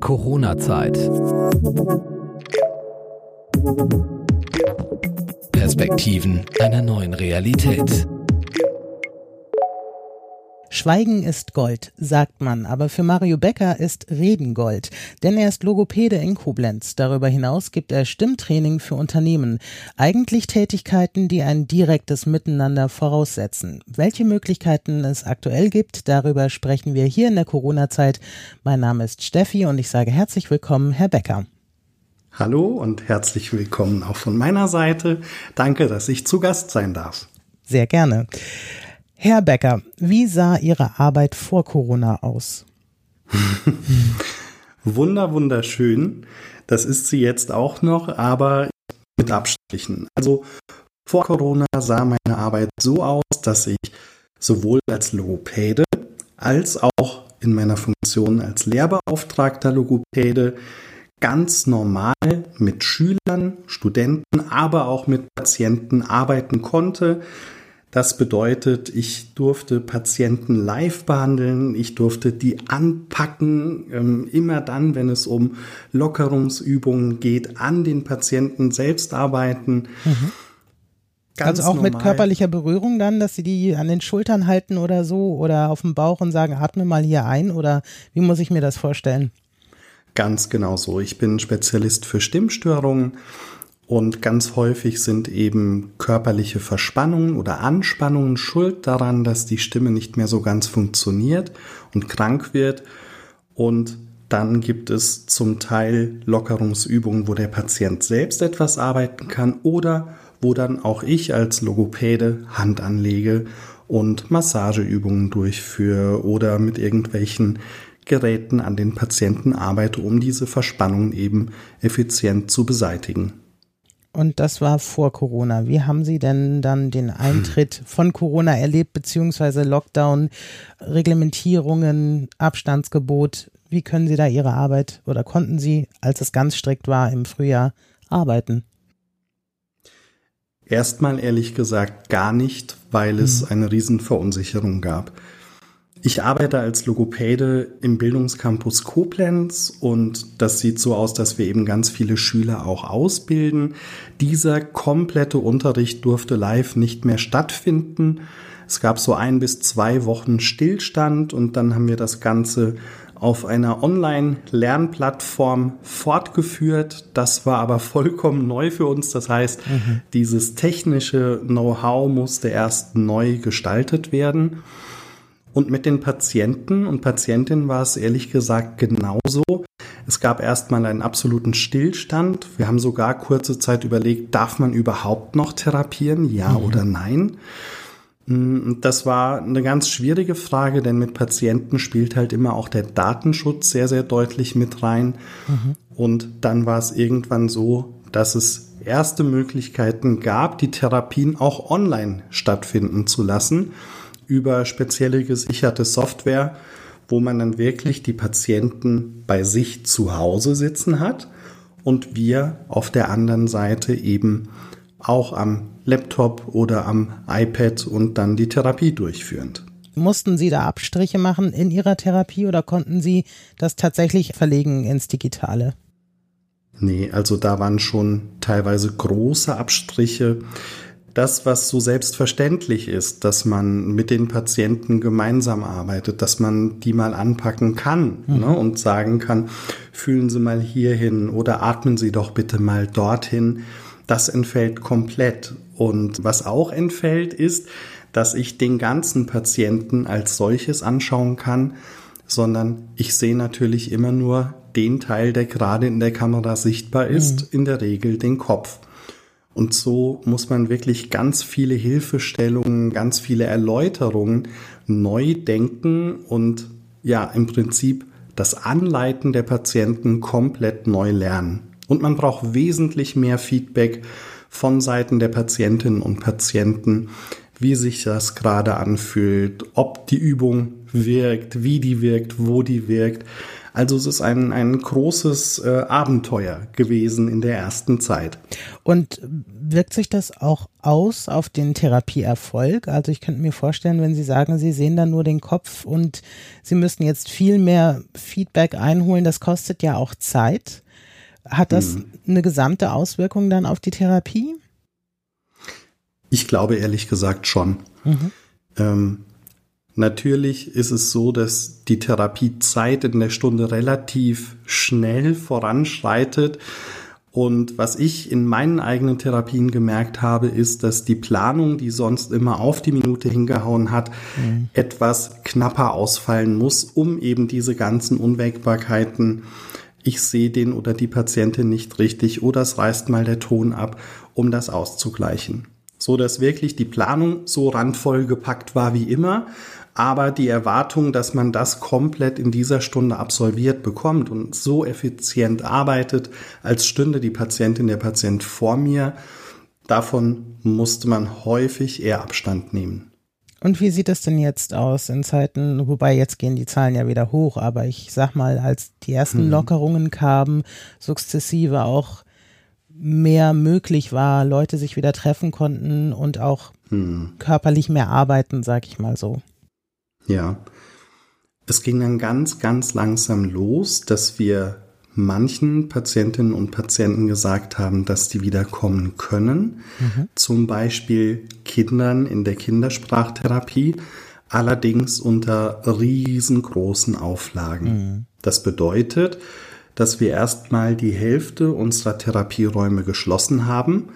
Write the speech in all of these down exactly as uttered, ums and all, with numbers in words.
Corona-Zeit. Perspektiven einer neuen Realität. Schweigen ist Gold, sagt man, aber für Mario Becker ist Reden Gold, denn er ist Logopäde in Koblenz. Darüber hinaus gibt er Stimmtraining für Unternehmen, eigentlich Tätigkeiten, die ein direktes Miteinander voraussetzen. Welche Möglichkeiten es aktuell gibt, darüber sprechen wir hier in der Corona-Zeit. Mein Name ist Steffi und ich sage herzlich willkommen, Herr Becker. Hallo und herzlich willkommen auch von meiner Seite. Danke, dass ich zu Gast sein darf. Sehr gerne. Herr Becker, wie sah Ihre Arbeit vor Corona aus? Wunder, wunderschön. Das ist sie jetzt auch noch, aber mit Abstrichen. Also vor Corona sah meine Arbeit so aus, dass ich sowohl als Logopäde als auch in meiner Funktion als lehrbeauftragter Logopäde ganz normal mit Schülern, Studenten, aber auch mit Patienten arbeiten konnte. Das bedeutet, ich durfte Patienten live behandeln, ich durfte die anpacken, ähm, immer dann, wenn es um Lockerungsübungen geht, an den Patienten selbst arbeiten. Mhm. Also auch normal. Mit körperlicher Berührung dann, dass Sie die an den Schultern halten oder so oder auf dem Bauch und sagen, atme mal hier ein, oder wie muss ich mir das vorstellen? Ganz genau so. Ich bin Spezialist für Stimmstörungen. Und ganz häufig sind eben körperliche Verspannungen oder Anspannungen schuld daran, dass die Stimme nicht mehr so ganz funktioniert und krank wird. Und dann gibt es zum Teil Lockerungsübungen, wo der Patient selbst etwas arbeiten kann oder wo dann auch ich als Logopäde Hand anlege und Massageübungen durchführe oder mit irgendwelchen Geräten an den Patienten arbeite, um diese Verspannungen eben effizient zu beseitigen. Und das war vor Corona. Wie haben Sie denn dann den Eintritt von Corona erlebt, beziehungsweise Lockdown, Reglementierungen, Abstandsgebot? Wie können Sie da Ihre Arbeit oder konnten Sie, als es ganz strikt war im Frühjahr, arbeiten? Erstmal ehrlich gesagt gar nicht, weil es mhm. eine Riesenverunsicherung gab. Ich arbeite als Logopäde im Bildungscampus Koblenz und das sieht so aus, dass wir eben ganz viele Schüler auch ausbilden. Dieser komplette Unterricht durfte live nicht mehr stattfinden. Es gab so ein bis zwei Wochen Stillstand und dann haben wir das Ganze auf einer Online-Lernplattform fortgeführt. Das war aber vollkommen neu für uns. Das heißt, mhm. dieses technische Know-how musste erst neu gestaltet werden. Und mit den Patienten und Patientinnen war es ehrlich gesagt genauso. Es gab erstmal einen absoluten Stillstand. Wir haben sogar kurze Zeit überlegt, darf man überhaupt noch therapieren, ja mhm. oder nein? Das war eine ganz schwierige Frage, denn mit Patienten spielt halt immer auch der Datenschutz sehr, sehr deutlich mit rein. Mhm. Und dann war es irgendwann so, dass es erste Möglichkeiten gab, die Therapien auch online stattfinden zu lassen, über spezielle gesicherte Software, wo man dann wirklich die Patienten bei sich zu Hause sitzen hat und wir auf der anderen Seite eben auch am Laptop oder am iPad und dann die Therapie durchführend. Mussten Sie da Abstriche machen in Ihrer Therapie oder konnten Sie das tatsächlich verlegen ins Digitale? Nee, also da waren schon teilweise große Abstriche. Das, was so selbstverständlich ist, dass man mit den Patienten gemeinsam arbeitet, dass man die mal anpacken kann mhm. ne, und sagen kann, fühlen Sie mal hierhin oder atmen Sie doch bitte mal dorthin, das entfällt komplett. Und was auch entfällt, ist, dass ich den ganzen Patienten als solches anschauen kann, sondern ich sehe natürlich immer nur den Teil, der gerade in der Kamera sichtbar ist, mhm. in der Regel den Kopf. Und so muss man wirklich ganz viele Hilfestellungen, ganz viele Erläuterungen neu denken und ja, im Prinzip das Anleiten der Patienten komplett neu lernen. Und man braucht wesentlich mehr Feedback von Seiten der Patientinnen und Patienten, wie sich das gerade anfühlt, ob die Übung wirkt, wie die wirkt, wo die wirkt. Also es ist ein, ein großes äh, Abenteuer gewesen in der ersten Zeit. Und wirkt sich das auch aus auf den Therapieerfolg? Also ich könnte mir vorstellen, wenn Sie sagen, Sie sehen dann nur den Kopf und Sie müssten jetzt viel mehr Feedback einholen, das kostet ja auch Zeit. Hat das hm. eine gesamte Auswirkung dann auf die Therapie? Ich glaube ehrlich gesagt schon. Mhm. Ähm, natürlich ist es so, dass die Therapiezeit in der Stunde relativ schnell voranschreitet. Und was ich in meinen eigenen Therapien gemerkt habe, ist, dass die Planung, die sonst immer auf die Minute hingehauen hat, mhm. etwas knapper ausfallen muss, um eben diese ganzen Unwägbarkeiten, ich sehe den oder die Patientin nicht richtig oder es reißt mal der Ton ab, um das auszugleichen. So dass wirklich die Planung so randvoll gepackt war wie immer, aber die Erwartung, dass man das komplett in dieser Stunde absolviert bekommt und so effizient arbeitet, als stünde die Patientin, der Patient vor mir, davon musste man häufig eher Abstand nehmen. Und wie sieht es denn jetzt aus in Zeiten, wobei jetzt gehen die Zahlen ja wieder hoch, aber ich sag mal, als die ersten hm. Lockerungen kamen, sukzessive auch mehr möglich war, Leute sich wieder treffen konnten und auch hm. körperlich mehr arbeiten, sag ich mal so. Ja, es ging dann ganz, ganz langsam los, dass wir manchen Patientinnen und Patienten gesagt haben, dass die wieder kommen können. Mhm. Zum Beispiel Kindern in der Kindersprachtherapie, allerdings unter riesengroßen Auflagen. Mhm. Das bedeutet, dass wir erstmal die Hälfte unserer Therapieräume geschlossen haben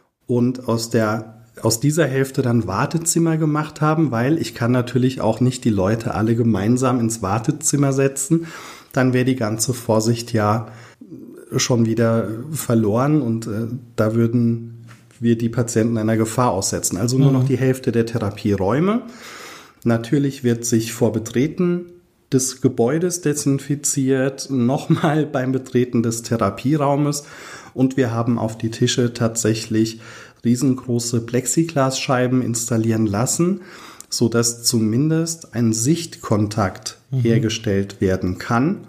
und aus der aus dieser Hälfte dann Wartezimmer gemacht haben, weil ich kann natürlich auch nicht die Leute alle gemeinsam ins Wartezimmer setzen. Dann wäre die ganze Vorsicht ja schon wieder verloren und äh, da würden wir die Patienten einer Gefahr aussetzen. Also nur mhm. noch die Hälfte der Therapieräume. Natürlich wird sich vor Betreten des Gebäudes desinfiziert, nochmal beim Betreten des Therapieraumes und wir haben auf die Tische tatsächlich riesengroße Plexiglasscheiben installieren lassen, sodass zumindest ein Sichtkontakt mhm. hergestellt werden kann.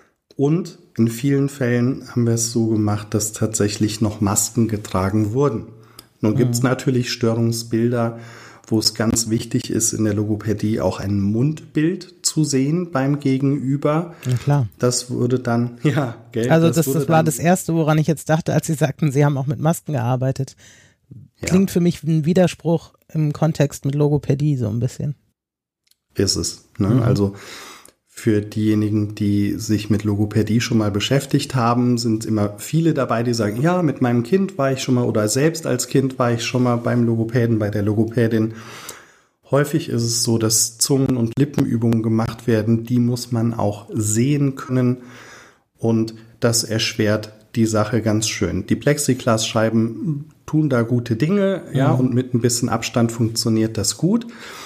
Und in vielen Fällen haben wir es so gemacht, dass tatsächlich noch Masken getragen wurden. Nun mhm. gibt es natürlich Störungsbilder, wo es ganz wichtig ist, in der Logopädie auch ein Mundbild zu sehen beim Gegenüber. Ja, klar. Das würde dann, ja, gell. Also das, das, das war das Erste, woran ich jetzt dachte, als Sie sagten, Sie haben auch mit Masken gearbeitet. Klingt ja. für mich wie ein Widerspruch im Kontext mit Logopädie so ein bisschen. Ist es. Ne? Mhm. Also für diejenigen, die sich mit Logopädie schon mal beschäftigt haben, sind immer viele dabei, die sagen, ja, mit meinem Kind war ich schon mal oder selbst als Kind war ich schon mal beim Logopäden, bei der Logopädin. Häufig ist es so, dass Zungen- und Lippenübungen gemacht werden, die muss man auch sehen können und das erschwert die Sache ganz schön. Die Plexiglasscheiben tun da gute Dinge, ja, mhm. und mit ein bisschen Abstand funktioniert das gut.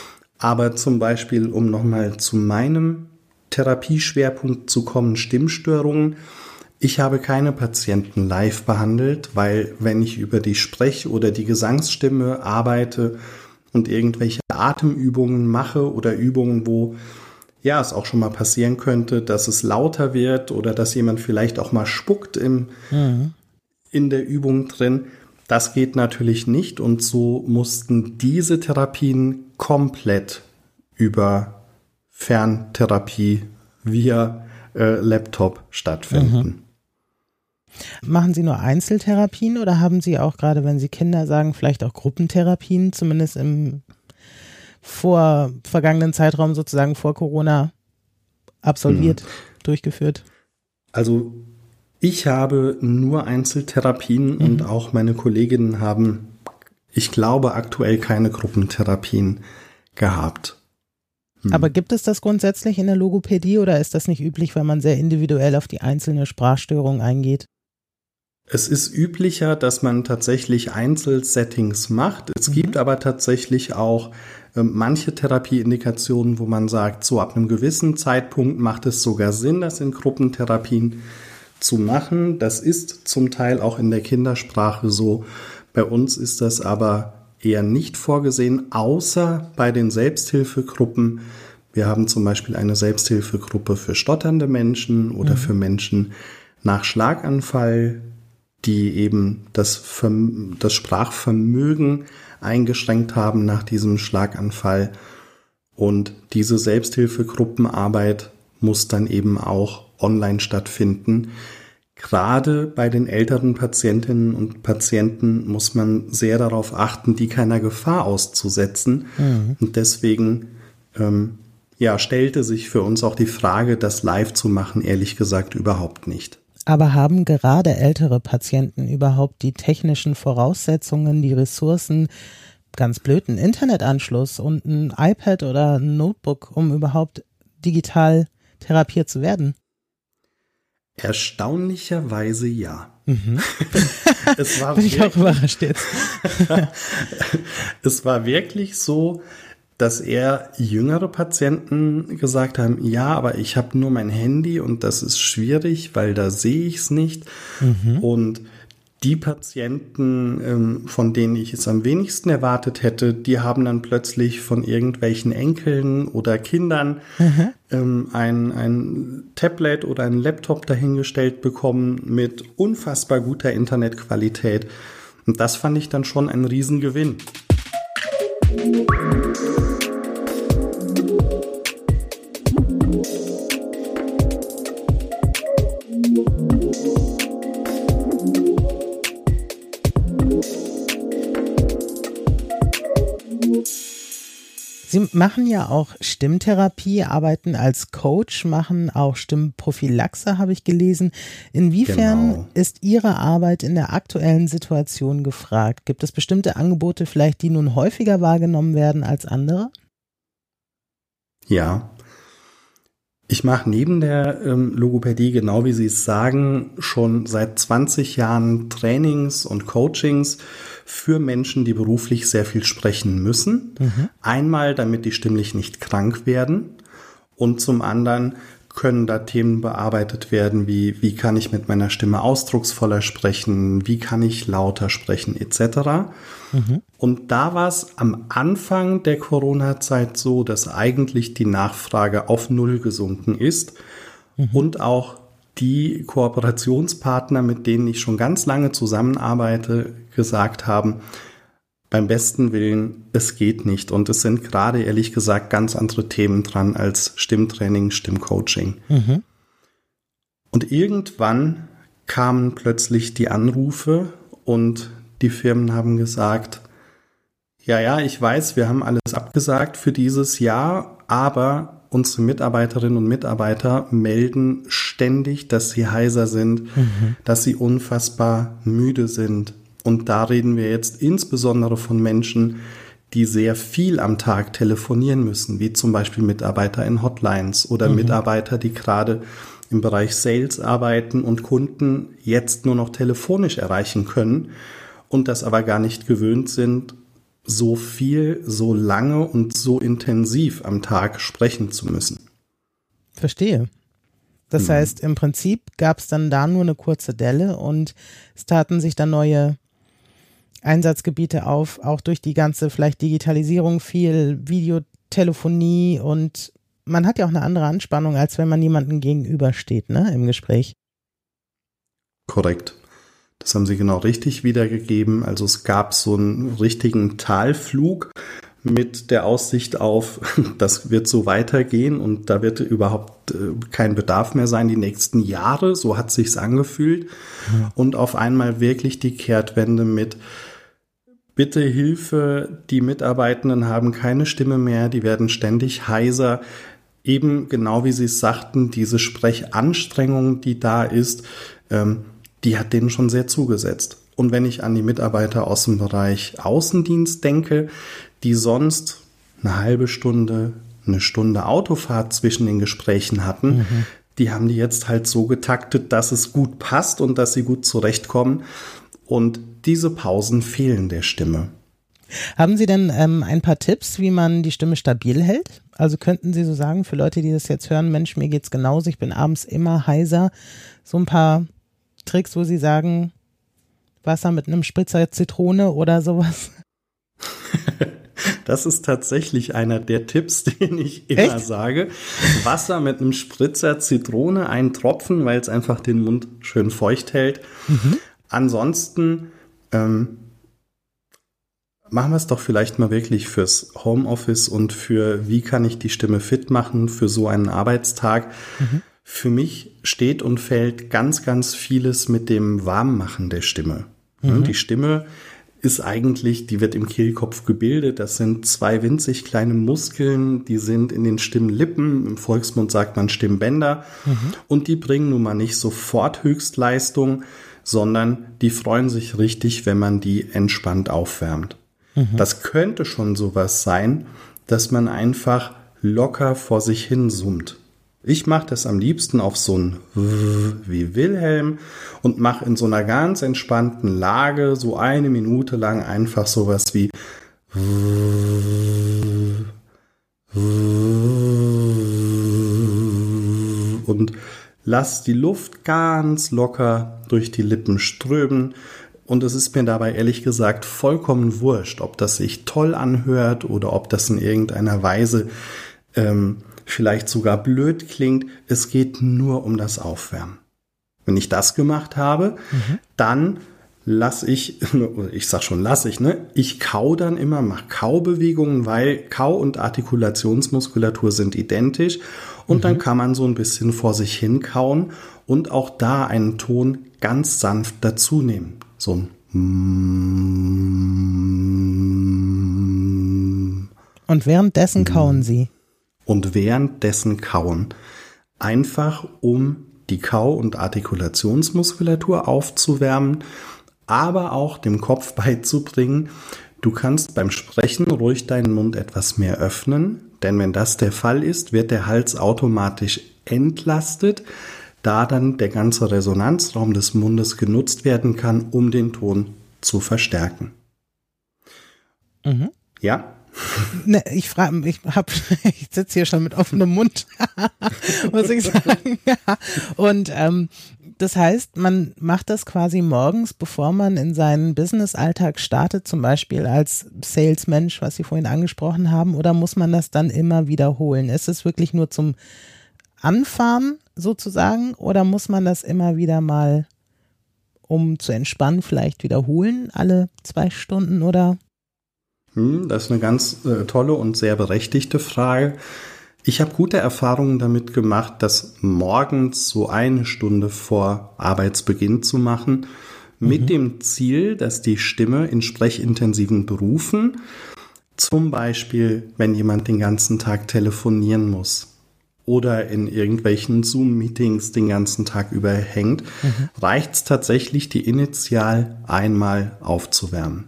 Aber zum Beispiel, um nochmal zu meinem Therapieschwerpunkt zu kommen, Stimmstörungen. Ich habe keine Patienten live behandelt, weil wenn ich über die Sprech- oder die Gesangsstimme arbeite und irgendwelche Atemübungen mache oder Übungen, wo ja, es auch schon mal passieren könnte, dass es lauter wird oder dass jemand vielleicht auch mal spuckt im, mhm. in der Übung drin. Das geht natürlich nicht und so mussten diese Therapien komplett über Ferntherapie via äh, Laptop stattfinden. Mhm. Machen Sie nur Einzeltherapien oder haben Sie auch gerade, wenn Sie Kinder sagen, vielleicht auch Gruppentherapien, zumindest im vor vergangenen Zeitraum sozusagen vor Corona absolviert, hm. durchgeführt? Also ich habe nur Einzeltherapien mhm. und auch meine Kolleginnen haben, ich glaube, aktuell keine Gruppentherapien gehabt. Hm. Aber gibt es das grundsätzlich in der Logopädie oder ist das nicht üblich, weil man sehr individuell auf die einzelne Sprachstörung eingeht? Es ist üblicher, dass man tatsächlich Einzelsettings macht. Es mhm. gibt aber tatsächlich auch äh, manche Therapieindikationen, wo man sagt, so ab einem gewissen Zeitpunkt macht es sogar Sinn, das in Gruppentherapien zu machen. Das ist zum Teil auch in der Kindersprache so. Bei uns ist das aber eher nicht vorgesehen, außer bei den Selbsthilfegruppen, Wir haben zum Beispiel eine Selbsthilfegruppe für stotternde Menschen oder mhm. für Menschen nach Schlaganfall, die eben das, Verm- das Sprachvermögen eingeschränkt haben nach diesem Schlaganfall. Und diese Selbsthilfegruppenarbeit muss dann eben auch online stattfinden. Gerade bei den älteren Patientinnen und Patienten muss man sehr darauf achten, die keiner Gefahr auszusetzen. Mhm. Und deswegen ähm, ja, stellte sich für uns auch die Frage, das live zu machen, ehrlich gesagt überhaupt nicht. Aber haben gerade ältere Patienten überhaupt die technischen Voraussetzungen, die Ressourcen, ganz blöd, einen Internetanschluss und ein iPad oder ein Notebook, um überhaupt digital therapiert zu werden? Erstaunlicherweise ja. Mhm. Es war Bin ich wirklich, auch überrascht jetzt. Es war wirklich so, dass eher jüngere Patienten gesagt haben, ja, aber ich habe nur mein Handy und das ist schwierig, weil da sehe ich es nicht. Mhm. Und die Patienten, von denen ich es am wenigsten erwartet hätte, die haben dann plötzlich von irgendwelchen Enkeln oder Kindern mhm. ein, ein Tablet oder ein Laptop dahingestellt bekommen mit unfassbar guter Internetqualität. Und das fand ich dann schon ein Riesengewinn. Sie machen ja auch Stimmtherapie, arbeiten als Coach, machen auch Stimmprophylaxe, habe ich gelesen. Inwiefern genau. ist Ihre Arbeit in der aktuellen Situation gefragt? Gibt es bestimmte Angebote vielleicht, die nun häufiger wahrgenommen werden als andere? Ja. Ich mache neben der ähm, Logopädie, genau wie Sie es sagen, schon seit zwanzig Jahren Trainings und Coachings für Menschen, die beruflich sehr viel sprechen müssen. Mhm. Einmal, damit die stimmlich nicht krank werden, und zum anderen können da Themen bearbeitet werden, wie wie kann ich mit meiner Stimme ausdrucksvoller sprechen, wie kann ich lauter sprechen et cetera. Mhm. Und da war es am Anfang der Corona-Zeit so, dass eigentlich die Nachfrage auf Null gesunken ist mhm. und auch die Kooperationspartner, mit denen ich schon ganz lange zusammenarbeite, gesagt haben, beim besten Willen, es geht nicht. Und es sind gerade, ehrlich gesagt, ganz andere Themen dran als Stimmtraining, Stimmcoaching. Mhm. Und irgendwann kamen plötzlich die Anrufe und die Firmen haben gesagt, ja, ja, ich weiß, wir haben alles abgesagt für dieses Jahr, aber unsere Mitarbeiterinnen und Mitarbeiter melden ständig, dass sie heiser sind, mhm. dass sie unfassbar müde sind. Und da reden wir jetzt insbesondere von Menschen, die sehr viel am Tag telefonieren müssen, wie zum Beispiel Mitarbeiter in Hotlines oder mhm. Mitarbeiter, die gerade im Bereich Sales arbeiten und Kunden jetzt nur noch telefonisch erreichen können und das aber gar nicht gewöhnt sind, so viel, so lange und so intensiv am Tag sprechen zu müssen. Verstehe. Das mhm. heißt, im Prinzip gab es dann da nur eine kurze Delle und es taten sich dann neue Einsatzgebiete auf, auch durch die ganze vielleicht Digitalisierung, viel Videotelefonie, und man hat ja auch eine andere Anspannung, als wenn man jemandem gegenübersteht, ne, im Gespräch. Korrekt. Das haben Sie genau richtig wiedergegeben. Also es gab so einen richtigen Talflug mit der Aussicht auf, das wird so weitergehen und da wird überhaupt kein Bedarf mehr sein die nächsten Jahre. So hat sich's angefühlt. Ja. Und auf einmal wirklich die Kehrtwende mit Bitte Hilfe, die Mitarbeitenden haben keine Stimme mehr, die werden ständig heiser. Eben genau wie Sie es sagten, diese Sprechanstrengung, die da ist, ähm, die hat denen schon sehr zugesetzt. Und wenn ich an die Mitarbeiter aus dem Bereich Außendienst denke, die sonst eine halbe Stunde, eine Stunde Autofahrt zwischen den Gesprächen hatten, mhm. die haben die jetzt halt so getaktet, dass es gut passt und dass sie gut zurechtkommen. Und diese Pausen fehlen der Stimme. Haben Sie denn ähm, ein paar Tipps, wie man die Stimme stabil hält? Also könnten Sie so sagen, für Leute, die das jetzt hören, Mensch, mir geht's genauso, ich bin abends immer heiser, so ein paar Tricks, wo Sie sagen, Wasser mit einem Spritzer Zitrone oder sowas? Das ist tatsächlich einer der Tipps, den ich immer Echt? sage. Wasser mit einem Spritzer Zitrone, einen Tropfen, weil es einfach den Mund schön feucht hält. Mhm. Ansonsten ähm, machen wir es doch vielleicht mal wirklich fürs Homeoffice und für wie kann ich die Stimme fit machen für so einen Arbeitstag. Mhm. Für mich steht und fällt ganz, ganz vieles mit dem Warmmachen der Stimme. Mhm. Die Stimme ist eigentlich, die wird im Kehlkopf gebildet. Das sind zwei winzig kleine Muskeln, die sind in den Stimmlippen. Im Volksmund sagt man Stimmbänder. Mhm. Und die bringen nun mal nicht sofort Höchstleistung, sondern die freuen sich richtig, wenn man die entspannt aufwärmt. Mhm. Das könnte schon sowas sein, dass man einfach locker vor sich hin summt. Ich mache das am liebsten auf so ein wie Wilhelm und mache in so einer ganz entspannten Lage so eine Minute lang einfach sowas wie und lass die Luft ganz locker durch die Lippen strömen. Und es ist mir dabei ehrlich gesagt vollkommen wurscht, ob das sich toll anhört oder ob das in irgendeiner Weise ähm, vielleicht sogar blöd klingt. Es geht nur um das Aufwärmen. Wenn ich das gemacht habe, mhm. dann lasse ich, ich sag schon lasse ich, ne? Ich kau dann immer, mache Kaubewegungen, weil Kau- und Artikulationsmuskulatur sind identisch. Und mhm. dann kann man so ein bisschen vor sich hin kauen und auch da einen Ton ganz sanft dazu nehmen. So ein Und währenddessen kauen Sie? Und währenddessen kauen. Einfach um die Kau- und Artikulationsmuskulatur aufzuwärmen, aber auch dem Kopf beizubringen, du kannst beim Sprechen ruhig deinen Mund etwas mehr öffnen, denn wenn das der Fall ist, wird der Hals automatisch entlastet, da dann der ganze Resonanzraum des Mundes genutzt werden kann, um den Ton zu verstärken. Mhm. Ja? Ne, ich frage, ich hab, ich sitze hier schon mit offenem Mund, muss ich sagen. Ja. Und ähm, das heißt, man macht das quasi morgens, bevor man in seinen Business-Alltag startet, zum Beispiel als Salesmensch, was Sie vorhin angesprochen haben, oder muss man das dann immer wiederholen? Ist es wirklich nur zum Anfahren sozusagen, oder muss man das immer wieder mal, um zu entspannen, vielleicht wiederholen, alle zwei Stunden oder? Das ist eine ganz äh, tolle und sehr berechtigte Frage. Ich habe gute Erfahrungen damit gemacht, das morgens so eine Stunde vor Arbeitsbeginn zu machen, mit mhm. dem Ziel, dass die Stimme in sprechintensiven Berufen, zum Beispiel, wenn jemand den ganzen Tag telefonieren muss oder in irgendwelchen Zoom-Meetings den ganzen Tag über hängt, mhm. reicht es tatsächlich, die initial einmal aufzuwärmen.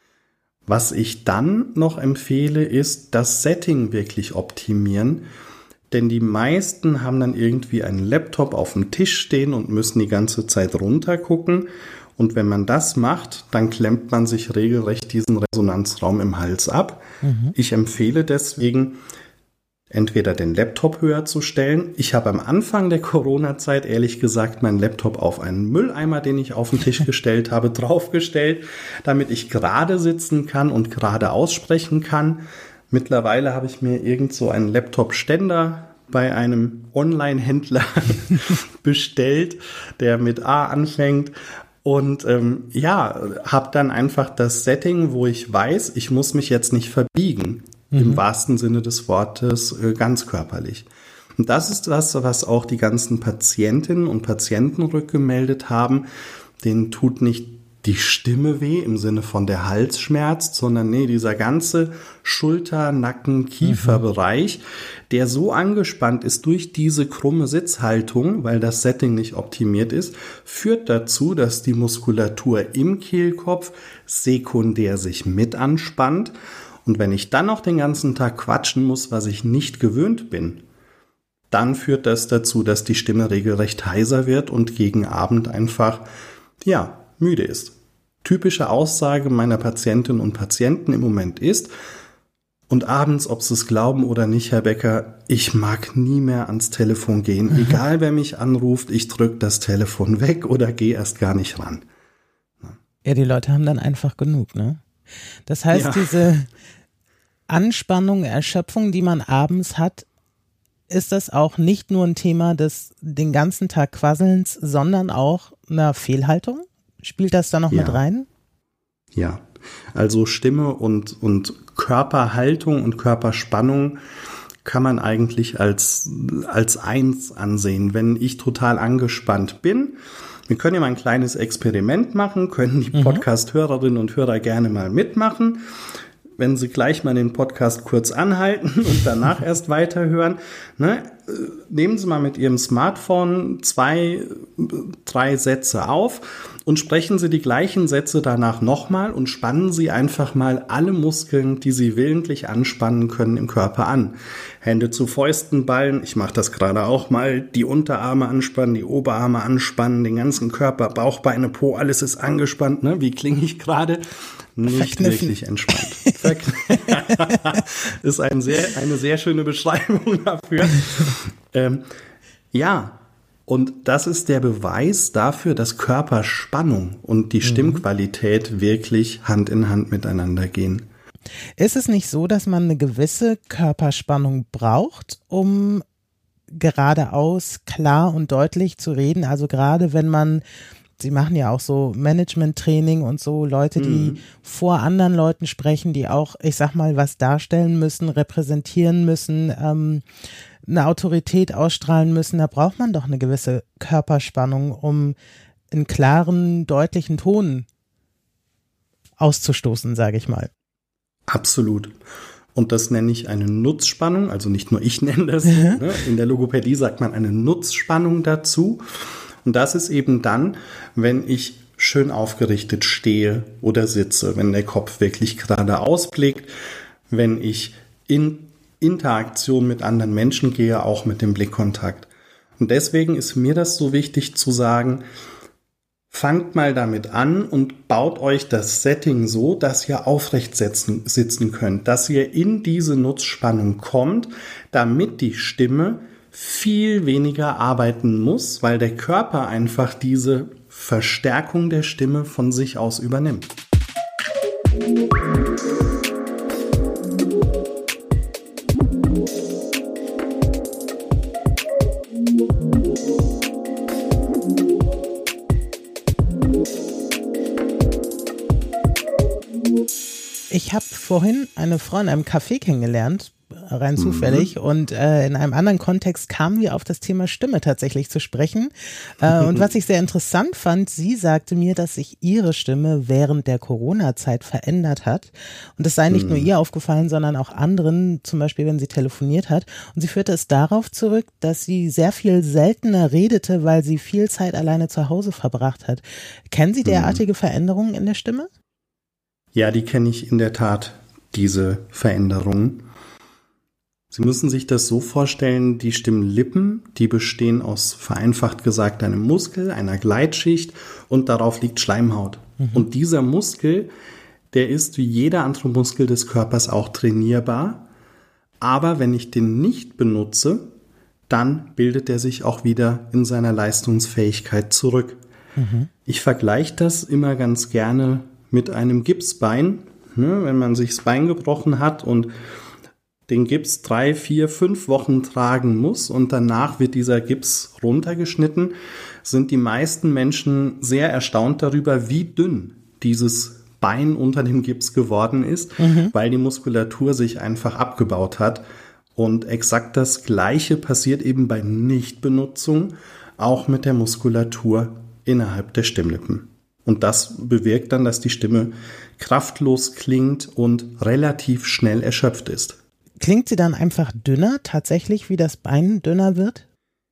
Was ich dann noch empfehle, ist das Setting wirklich optimieren, denn die meisten haben dann irgendwie einen Laptop auf dem Tisch stehen und müssen die ganze Zeit runter gucken. Und wenn man das macht, dann klemmt man sich regelrecht diesen Resonanzraum im Hals ab. Mhm. Ich empfehle deswegen, entweder den Laptop höher zu stellen. Ich habe am Anfang der Corona-Zeit ehrlich gesagt meinen Laptop auf einen Mülleimer, den ich auf den Tisch gestellt habe, draufgestellt, damit ich gerade sitzen kann und gerade aussprechen kann. Mittlerweile habe ich mir irgend so einen Laptop-Ständer bei einem Online-Händler bestellt, der mit A anfängt. Und ähm, ja, habe dann einfach das Setting, wo ich weiß, ich muss mich jetzt nicht verbiegen. Mhm. Im wahrsten Sinne des Wortes äh, ganz körperlich. Und das ist das, was auch die ganzen Patientinnen und Patienten rückgemeldet haben. Denen tut nicht die Stimme weh im Sinne von der Hals schmerzt, sondern nee, dieser ganze Schulter-, Nacken-, Kieferbereich, mhm. der so angespannt ist durch diese krumme Sitzhaltung, weil das Setting nicht optimiert ist, führt dazu, dass die Muskulatur im Kehlkopf sekundär sich mit anspannt. Und wenn ich dann noch den ganzen Tag quatschen muss, was ich nicht gewöhnt bin, dann führt das dazu, dass die Stimme regelrecht heiser wird und gegen Abend einfach, ja, müde ist. Typische Aussage meiner Patientinnen und Patienten im Moment ist, und abends, ob sie es glauben oder nicht, Herr Becker, ich mag nie mehr ans Telefon gehen. Mhm. Egal, wer mich anruft, ich drücke das Telefon weg oder gehe erst gar nicht ran. Ja, die Leute haben dann einfach genug, ne? Das heißt, ja. diese, Anspannung, Erschöpfung, die man abends hat, ist das auch nicht nur ein Thema des den ganzen Tag Quasselns, sondern auch einer Fehlhaltung? Spielt das da noch ja. mit rein? Ja, also Stimme und, und Körperhaltung und Körperspannung kann man eigentlich als, als eins ansehen. Wenn ich total angespannt bin, wir können ja mal ein kleines Experiment machen, können die Podcast-Hörerinnen und Hörer gerne mal mitmachen. Wenn Sie gleich mal den Podcast kurz anhalten und danach erst weiterhören, ne, nehmen Sie mal mit Ihrem Smartphone zwei, drei Sätze auf und sprechen Sie die gleichen Sätze danach nochmal und spannen Sie einfach mal alle Muskeln, die Sie willentlich anspannen können, im Körper an. Hände zu Fäusten ballen, ich mache das gerade auch mal, die Unterarme anspannen, die Oberarme anspannen, den ganzen Körper, Bauch, Beine, Po, alles ist angespannt. Ne? Wie klinge ich gerade? Nicht wirklich entspannt. Ist ein sehr, eine sehr schöne Beschreibung dafür. ähm, ja, und das ist der Beweis dafür, dass Körperspannung und die Stimmqualität wirklich Hand in Hand miteinander gehen. Ist es nicht so, dass man eine gewisse Körperspannung braucht, um geradeaus klar und deutlich zu reden? Also gerade wenn man Sie machen ja auch so Management-Training und so, Leute, die mhm. vor anderen Leuten sprechen, die auch, ich sag mal, was darstellen müssen, repräsentieren müssen, ähm, eine Autorität ausstrahlen müssen. Da braucht man doch eine gewisse Körperspannung, um einen klaren, deutlichen Ton auszustoßen, sage ich mal. Absolut. Und das nenne ich eine Nutzspannung, also nicht nur ich nenne das, mhm. ne? In der Logopädie sagt man eine Nutzspannung dazu. Und das ist eben dann, wenn ich schön aufgerichtet stehe oder sitze, wenn der Kopf wirklich gerade ausblickt, wenn ich in Interaktion mit anderen Menschen gehe, auch mit dem Blickkontakt. Und deswegen ist mir das so wichtig zu sagen, fangt mal damit an und baut euch das Setting so, dass ihr aufrecht sitzen, sitzen könnt, dass ihr in diese Nutzspannung kommt, damit die Stimme viel weniger arbeiten muss, weil der Körper einfach diese Verstärkung der Stimme von sich aus übernimmt. Ich habe vorhin eine Frau in einem Café kennengelernt, rein zufällig, mhm. und äh, in einem anderen Kontext kamen wir auf das Thema Stimme tatsächlich zu sprechen. Äh, und was ich sehr interessant fand, sie sagte mir, dass sich ihre Stimme während der Corona-Zeit verändert hat. Und das sei nicht mhm. nur ihr aufgefallen, sondern auch anderen, zum Beispiel, wenn sie telefoniert hat. Und sie führte es darauf zurück, dass sie sehr viel seltener redete, weil sie viel Zeit alleine zu Hause verbracht hat. Kennen Sie derartige mhm. Veränderungen in der Stimme? Ja, die kenne ich in der Tat, diese Veränderungen. Sie müssen sich das so vorstellen, die Stimmlippen, die bestehen aus, vereinfacht gesagt, einem Muskel, einer Gleitschicht und darauf liegt Schleimhaut. Mhm. Und dieser Muskel, der ist wie jeder andere Muskel des Körpers auch trainierbar. Aber wenn ich den nicht benutze, dann bildet er sich auch wieder in seiner Leistungsfähigkeit zurück. Mhm. Ich vergleiche das immer ganz gerne mit einem Gipsbein. Wenn man sich das Bein gebrochen hat und den Gips drei, vier, fünf Wochen tragen muss und danach wird dieser Gips runtergeschnitten, sind die meisten Menschen sehr erstaunt darüber, wie dünn dieses Bein unter dem Gips geworden ist, mhm. weil die Muskulatur sich einfach abgebaut hat. Und exakt das Gleiche passiert eben bei Nichtbenutzung, auch mit der Muskulatur innerhalb der Stimmlippen. Und das bewirkt dann, dass die Stimme kraftlos klingt und relativ schnell erschöpft ist. Klingt sie dann einfach dünner, tatsächlich, wie das Bein dünner wird?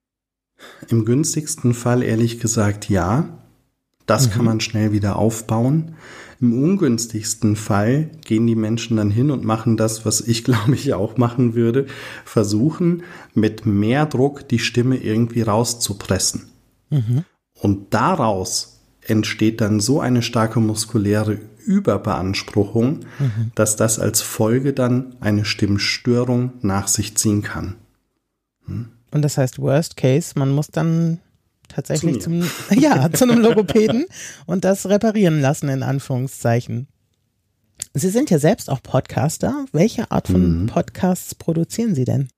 Im günstigsten Fall ehrlich gesagt ja. Das mhm. kann man schnell wieder aufbauen. Im ungünstigsten Fall gehen die Menschen dann hin und machen das, was ich glaube ich auch machen würde, versuchen mit mehr Druck die Stimme irgendwie rauszupressen. Mhm. Und daraus entsteht dann so eine starke muskuläre Überbeanspruchung, mhm. dass das als Folge dann eine Stimmstörung nach sich ziehen kann. Hm? Und das heißt Worst Case, man muss dann tatsächlich zu zum, ja, zu einem Logopäden und das reparieren lassen, in Anführungszeichen. Sie sind ja selbst auch Podcaster. Welche Art von mhm. Podcasts produzieren Sie denn?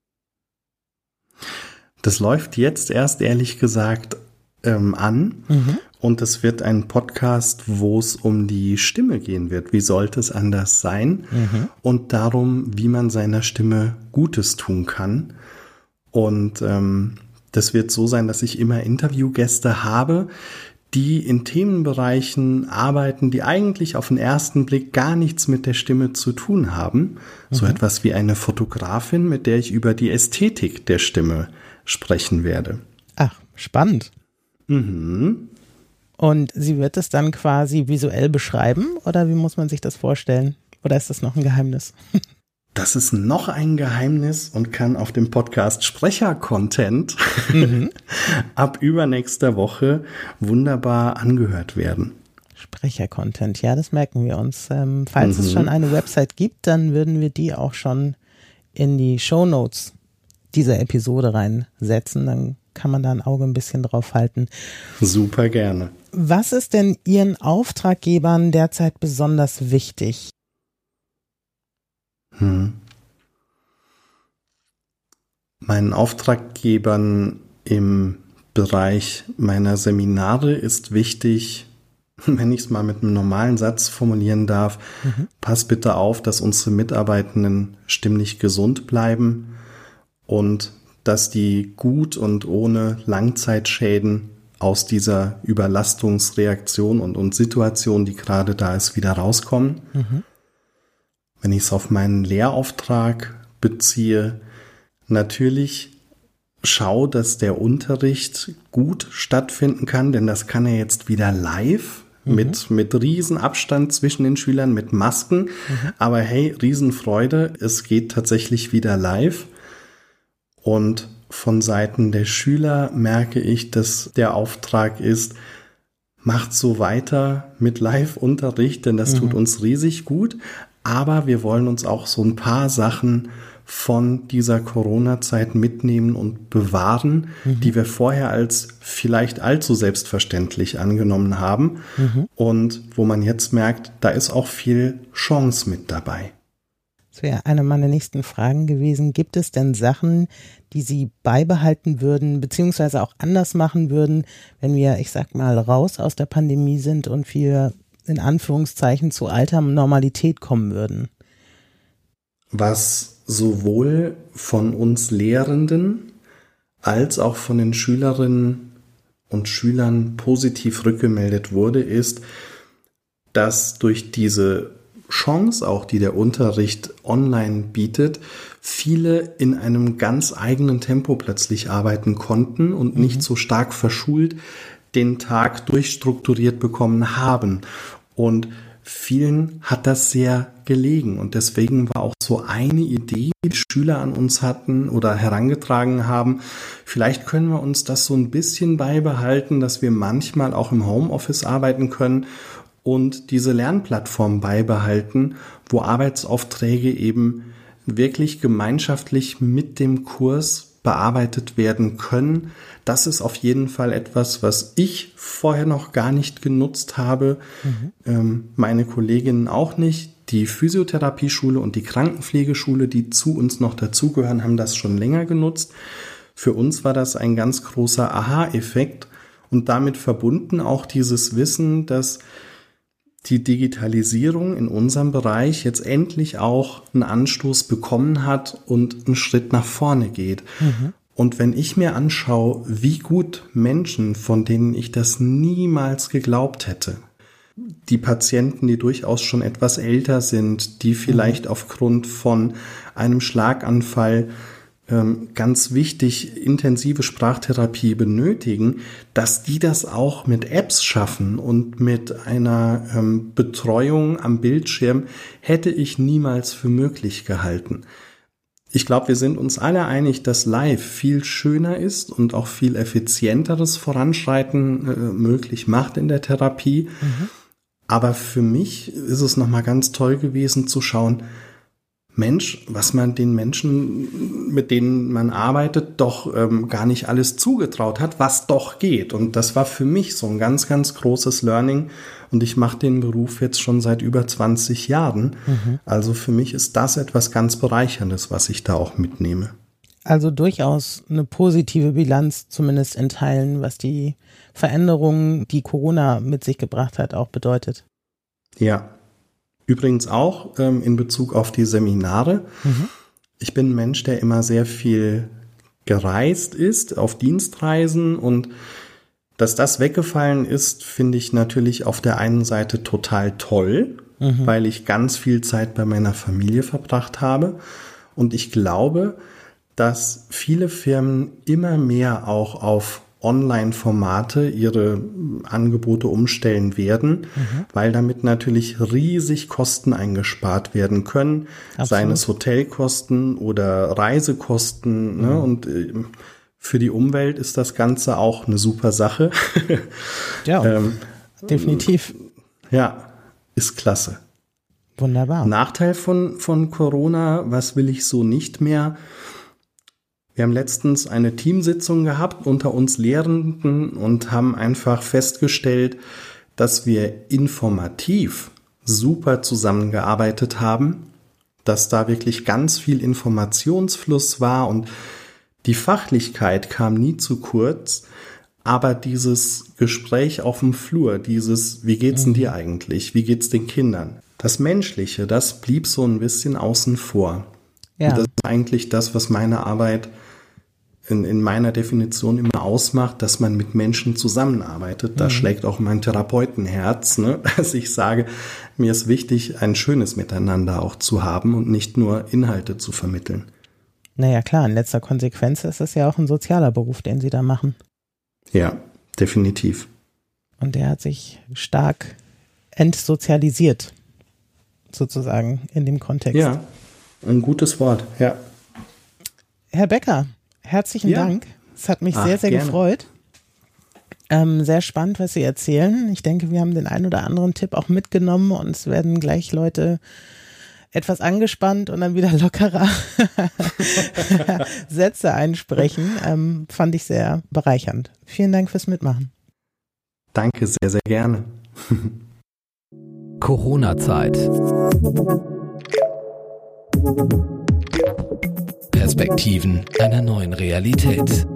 Das läuft jetzt erst, ehrlich gesagt, ähm, an. Mhm. Und es wird ein Podcast, wo es um die Stimme gehen wird. Wie sollte es anders sein? Mhm. Und darum, wie man seiner Stimme Gutes tun kann. Und ähm, das wird so sein, dass ich immer Interviewgäste habe, die in Themenbereichen arbeiten, die eigentlich auf den ersten Blick gar nichts mit der Stimme zu tun haben. Mhm. So etwas wie eine Fotografin, mit der ich über die Ästhetik der Stimme sprechen werde. Ach, spannend. Mhm. Und sie wird es dann quasi visuell beschreiben oder wie muss man sich das vorstellen? Oder ist das noch ein Geheimnis? Das ist noch ein Geheimnis und kann auf dem Podcast Sprecher-Content mhm. ab übernächster Woche wunderbar angehört werden. Sprecher-Content, ja, das merken wir uns. Ähm, falls mhm. es schon eine Website gibt, dann würden wir die auch schon in die Shownotes dieser Episode reinsetzen. Dann kann man da ein Auge ein bisschen drauf halten. Super gerne. Was ist denn Ihren Auftraggebern derzeit besonders wichtig? Hm. Meinen Auftraggebern im Bereich meiner Seminare ist wichtig, wenn ich es mal mit einem normalen Satz formulieren darf, mhm. pass bitte auf, dass unsere Mitarbeitenden stimmlich gesund bleiben und dass die gut und ohne Langzeitschäden aus dieser Überlastungsreaktion und, und Situation, die gerade da ist, wieder rauskommen. Mhm. Wenn ich es auf meinen Lehrauftrag beziehe, natürlich schau, dass der Unterricht gut stattfinden kann, denn das kann er jetzt wieder live mhm. mit, mit Riesenabstand zwischen den Schülern, mit Masken. Mhm. Aber hey, Riesenfreude, es geht tatsächlich wieder live. Und von Seiten der Schüler merke ich, dass der Auftrag ist, macht so weiter mit Live-Unterricht, denn das mhm. tut uns riesig gut. Aber wir wollen uns auch so ein paar Sachen von dieser Corona-Zeit mitnehmen und bewahren, mhm. die wir vorher als vielleicht allzu selbstverständlich angenommen haben. Mhm. Und wo man jetzt merkt, da ist auch viel Chance mit dabei. Das wäre eine meiner nächsten Fragen gewesen. Gibt es denn Sachen, die Sie beibehalten würden, beziehungsweise auch anders machen würden, wenn wir, ich sag mal, raus aus der Pandemie sind und wir in Anführungszeichen zu alter Normalität kommen würden? Was sowohl von uns Lehrenden als auch von den Schülerinnen und Schülern positiv rückgemeldet wurde, ist, dass durch diese Chance auch, die der Unterricht online bietet, viele in einem ganz eigenen Tempo plötzlich arbeiten konnten und mhm. nicht so stark verschult den Tag durchstrukturiert bekommen haben. Und vielen hat das sehr gelegen. Und deswegen war auch so eine Idee, die die Schüler an uns hatten oder herangetragen haben, vielleicht können wir uns das so ein bisschen beibehalten, dass wir manchmal auch im Homeoffice arbeiten können und diese Lernplattform beibehalten, wo Arbeitsaufträge eben wirklich gemeinschaftlich mit dem Kurs bearbeitet werden können. Das ist auf jeden Fall etwas, was ich vorher noch gar nicht genutzt habe, mhm. ähm, meine Kolleginnen auch nicht. Die Physiotherapieschule und die Krankenpflegeschule, die zu uns noch dazugehören, haben das schon länger genutzt. Für uns war das ein ganz großer Aha-Effekt und damit verbunden auch dieses Wissen, dass die Digitalisierung in unserem Bereich jetzt endlich auch einen Anstoß bekommen hat und einen Schritt nach vorne geht. Mhm. Und wenn ich mir anschaue, wie gut Menschen, von denen ich das niemals geglaubt hätte, die Patienten, die durchaus schon etwas älter sind, die vielleicht mhm. aufgrund von einem Schlaganfall ganz wichtig intensive Sprachtherapie benötigen, dass die das auch mit Apps schaffen und mit einer ähm, Betreuung am Bildschirm, hätte ich niemals für möglich gehalten. Ich glaube, wir sind uns alle einig, dass live viel schöner ist und auch viel effizienteres Voranschreiten äh, möglich macht in der Therapie. Mhm. Aber für mich ist es nochmal ganz toll gewesen zu schauen, Mensch, was man den Menschen, mit denen man arbeitet, doch ähm, gar nicht alles zugetraut hat, was doch geht. Und das war für mich so ein ganz, ganz großes Learning. Und ich mache den Beruf jetzt schon seit über zwanzig Jahren. Mhm. Also für mich ist das etwas ganz Bereicherndes, was ich da auch mitnehme. Also durchaus eine positive Bilanz, zumindest in Teilen, was die Veränderungen, die Corona mit sich gebracht hat, auch bedeutet. Ja. Übrigens auch ähm, in Bezug auf die Seminare. Mhm. Ich bin ein Mensch, der immer sehr viel gereist ist, auf Dienstreisen, und dass das weggefallen ist, finde ich natürlich auf der einen Seite total toll, mhm. weil ich ganz viel Zeit bei meiner Familie verbracht habe, und ich glaube, dass viele Firmen immer mehr auch auf Online-Formate ihre Angebote umstellen werden, mhm. weil damit natürlich riesig Kosten eingespart werden können, Absolut. Seien es Hotelkosten oder Reisekosten. Mhm. Ne? Und äh, für die Umwelt ist das Ganze auch eine super Sache. Ja, ähm, definitiv. Ja, ist klasse. Wunderbar. Nachteil von, von Corona, was will ich so nicht mehr? Wir haben letztens eine Teamsitzung gehabt unter uns Lehrenden und haben einfach festgestellt, dass wir informativ super zusammengearbeitet haben, dass da wirklich ganz viel Informationsfluss war und die Fachlichkeit kam nie zu kurz, aber dieses Gespräch auf dem Flur, dieses, wie geht's denn dir eigentlich, wie geht's den Kindern? Das Menschliche, das blieb so ein bisschen außen vor. Ja. Und das ist eigentlich das, was meine Arbeit in, in meiner Definition immer ausmacht, dass man mit Menschen zusammenarbeitet. Da mhm. schlägt auch mein Therapeutenherz, ne? Dass ich sage, mir ist wichtig, ein schönes Miteinander auch zu haben und nicht nur Inhalte zu vermitteln. Naja, klar, in letzter Konsequenz ist es ja auch ein sozialer Beruf, den Sie da machen. Ja, definitiv. Und der hat sich stark entsozialisiert, sozusagen, in dem Kontext. Ja, ein gutes Wort, ja. Herr Becker, herzlichen ja. Dank. Es hat mich Ach, sehr, sehr gerne. gefreut. Ähm, sehr spannend, was Sie erzählen. Ich denke, wir haben den einen oder anderen Tipp auch mitgenommen und es werden gleich Leute etwas angespannt und dann wieder lockerer Sätze einsprechen. Ähm, fand ich sehr bereichernd. Vielen Dank fürs Mitmachen. Danke, sehr, sehr gerne. Corona-Zeit. Perspektiven einer neuen Realität.